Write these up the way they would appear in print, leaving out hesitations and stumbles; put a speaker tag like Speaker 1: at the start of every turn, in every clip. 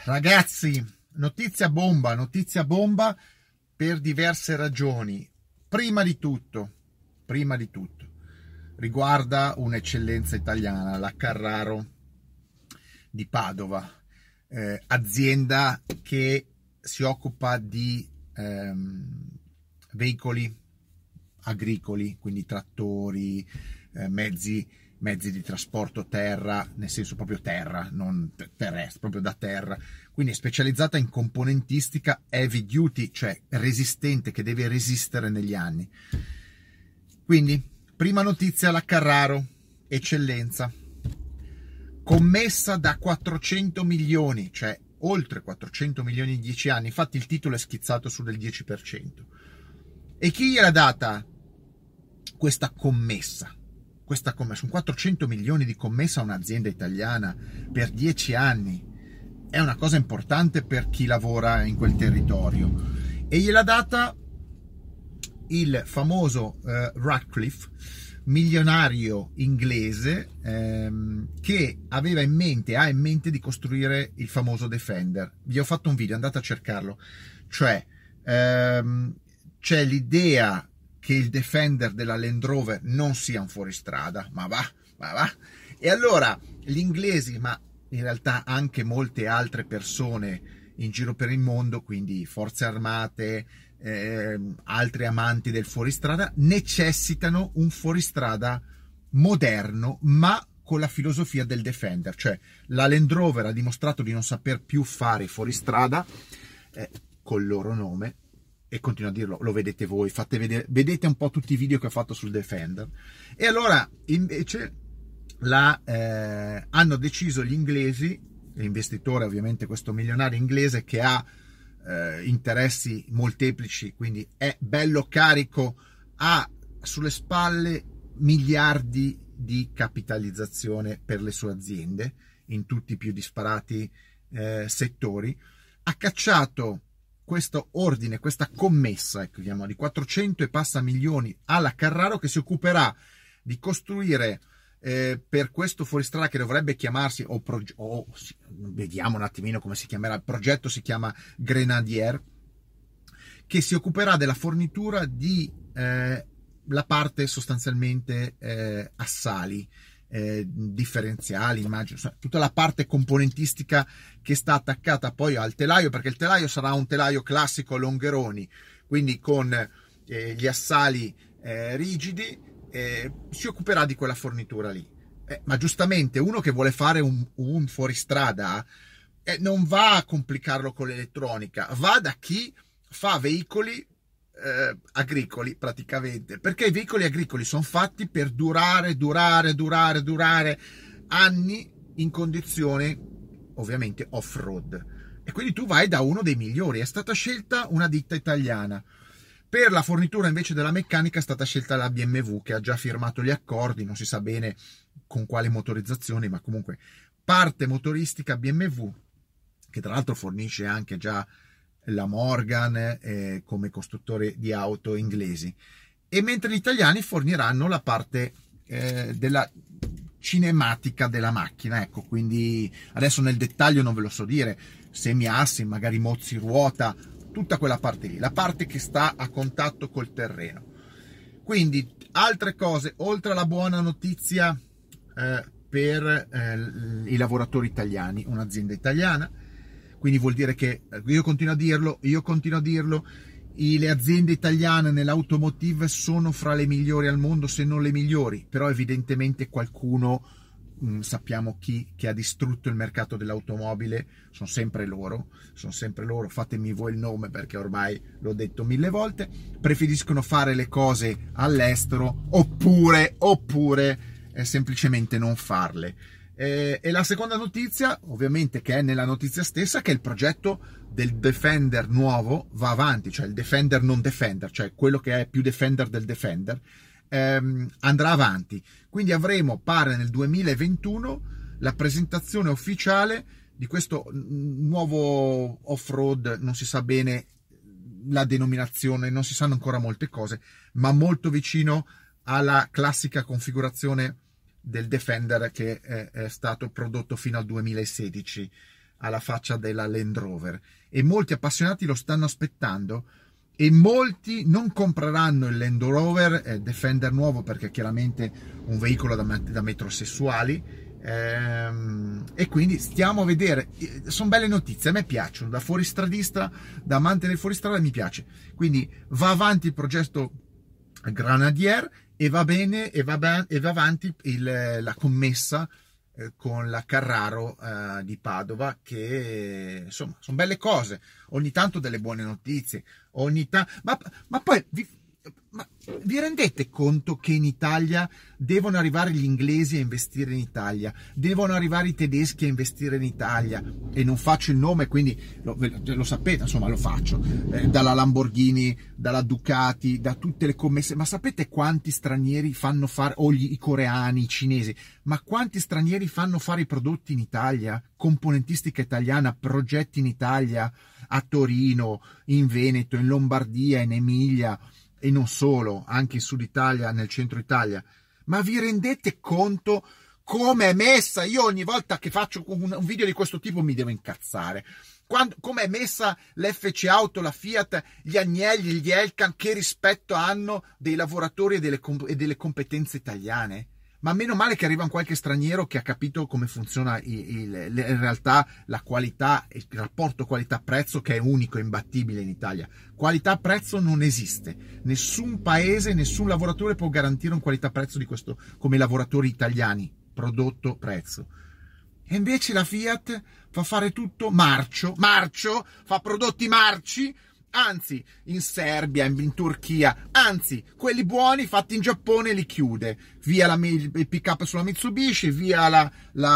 Speaker 1: Ragazzi, notizia bomba per diverse ragioni. Prima di tutto, riguarda un'eccellenza italiana, la Carraro di Padova, azienda che si occupa di veicoli agricoli, quindi trattori, mezzi di trasporto terra, nel senso proprio terra, non terrestre, proprio da terra. Quindi è specializzata in componentistica heavy duty, cioè resistente, che deve resistere negli anni. Quindi, prima notizia, la Carraro, eccellenza, commessa da 400 milioni, cioè oltre 400 milioni in 10 anni. Infatti il titolo è schizzato su del 10%. E chi gliel'ha data questa commessa? Un 400 milioni di commessa a un'azienda italiana per 10 anni è una cosa importante per chi lavora in quel territorio, e gliel'ha data il famoso Ratcliffe, milionario inglese, che ha in mente di costruire il famoso Defender. Vi ho fatto un video, andate a cercarlo. Cioè c'è l'idea che il Defender della Land Rover non sia un fuoristrada, ma va. E allora gli inglesi, ma in realtà anche molte altre persone in giro per il mondo, quindi forze armate, altri amanti del fuoristrada, necessitano un fuoristrada moderno, ma con la filosofia del Defender. Cioè la Land Rover ha dimostrato di non saper più fare fuoristrada col loro nome, e continuo a dirlo, lo vedete voi, vedete un po' tutti i video che ho fatto sul Defender. E allora invece hanno deciso gli inglesi, l'investitore ovviamente questo milionario inglese che ha interessi molteplici, quindi è bello carico, ha sulle spalle miliardi di capitalizzazione per le sue aziende in tutti i più disparati settori, ha cacciato questo ordine, questa commessa, ecco, di 400 e passa milioni alla Carraro, che si occuperà di costruire per questo fuoristrada, che dovrebbe chiamarsi, vediamo un attimino come si chiamerà, il progetto si chiama Grenadier, che si occuperà della fornitura di la parte sostanzialmente assali, differenziali, immagino, tutta la parte componentistica che sta attaccata poi al telaio, perché il telaio sarà un telaio classico Longheroni, quindi con gli assali rigidi, si occuperà di quella fornitura lì. Ma giustamente uno che vuole fare un fuoristrada non va a complicarlo con l'elettronica, va da chi fa veicoli agricoli praticamente, perché i veicoli agricoli sono fatti per durare anni in condizione ovviamente off-road, e quindi tu vai da uno dei migliori. È stata scelta una ditta italiana. Per la fornitura invece della meccanica è stata scelta la BMW, che ha già firmato gli accordi, non si sa bene con quale motorizzazione, ma comunque parte motoristica BMW, che tra l'altro fornisce anche già la Morgan come costruttore di auto inglesi, e mentre gli italiani forniranno la parte della cinematica della macchina, ecco. Quindi adesso nel dettaglio non ve lo so dire, semi-assi, magari mozzi ruota, tutta quella parte lì, la parte che sta a contatto col terreno. Quindi altre cose, oltre alla buona notizia per i lavoratori italiani, un'azienda italiana. Quindi vuol dire che, io continuo a dirlo, le aziende italiane nell'automotive sono fra le migliori al mondo, se non le migliori, però evidentemente qualcuno, sappiamo chi, che ha distrutto il mercato dell'automobile, sono sempre loro, fatemi voi il nome perché ormai l'ho detto 1000 volte, preferiscono fare le cose all'estero oppure semplicemente non farle. E la seconda notizia, ovviamente, che è nella notizia stessa, che il progetto del Defender nuovo va avanti, cioè il Defender non Defender, cioè quello che è più Defender del Defender, andrà avanti. Quindi pare nel 2021 la presentazione ufficiale di questo nuovo off-road, non si sa bene la denominazione, non si sanno ancora molte cose, ma molto vicino alla classica configurazione del Defender che è stato prodotto fino al 2016 alla faccia della Land Rover, e molti appassionati lo stanno aspettando, e molti non compreranno il Land Rover Defender nuovo, perché è chiaramente un veicolo da metrosessuali, e quindi stiamo a vedere. Sono belle notizie, a me piacciono, da fuoristradista, da amante del fuoristrada mi piace, quindi va avanti il progetto Grenadier e va bene, e va avanti la commessa con la Carraro di Padova, che insomma sono belle cose, ogni tanto delle buone notizie, ma poi vi rendete conto che in Italia devono arrivare gli inglesi a investire in Italia, devono arrivare i tedeschi a investire in Italia, e non faccio il nome, quindi lo sapete, insomma lo faccio, dalla Lamborghini, dalla Ducati, da tutte le commesse, ma sapete quanti stranieri fanno fare, o i coreani, i cinesi, ma quanti stranieri fanno fare i prodotti in Italia, componentistica italiana, progetti in Italia, a Torino, in Veneto, in Lombardia, in Emilia, e non solo, anche in Sud Italia, nel centro Italia. Ma vi rendete conto come è messa? Io ogni volta che faccio un video di questo tipo mi devo incazzare. Come è messa l'FC Auto, la Fiat, gli Agnelli, gli Elkann, che rispetto hanno dei lavoratori e delle competenze italiane? Ma meno male che arriva qualche straniero che ha capito come funziona in realtà la qualità, il rapporto qualità-prezzo, che è unico e imbattibile in Italia. Qualità-prezzo non esiste. Nessun paese, nessun lavoratore può garantire un qualità-prezzo di questo come i lavoratori italiani, prodotto-prezzo. E invece la Fiat fa fare tutto marcio, fa prodotti marci, anzi in Serbia, in Turchia, anzi quelli buoni fatti in Giappone li chiude, via il pick up sulla Mitsubishi, via la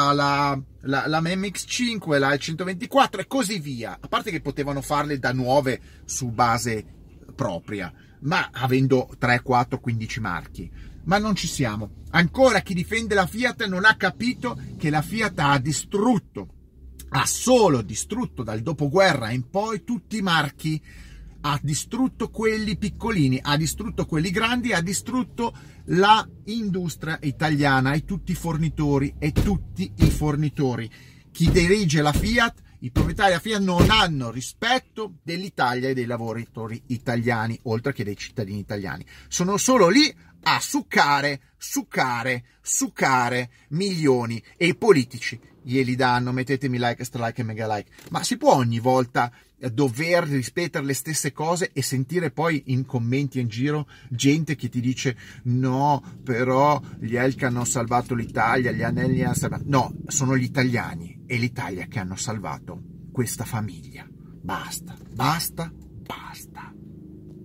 Speaker 1: MX5, la 124 e così via, a parte che potevano farle da nuove su base propria, ma avendo 3, 4, 15 marchi. Ma non ci siamo. Ancora chi difende la Fiat non ha capito che la Fiat ha solo distrutto dal dopoguerra in poi tutti i marchi, ha distrutto quelli piccolini, ha distrutto quelli grandi, ha distrutto la industria italiana e tutti i fornitori Chi dirige la Fiat, i proprietari della Fiat, non hanno rispetto dell'Italia e dei lavoratori italiani, oltre che dei cittadini italiani. Sono solo lì a succare milioni, e i politici glieli danno, mettetemi like, stralike e mega like. Ma si può ogni volta dover ripetere le stesse cose e sentire poi in commenti in giro gente che ti dice no, però gli Elkann hanno salvato l'Italia, gli Anelli hanno salvato. No, sono gli italiani e l'Italia che hanno salvato questa famiglia. Basta.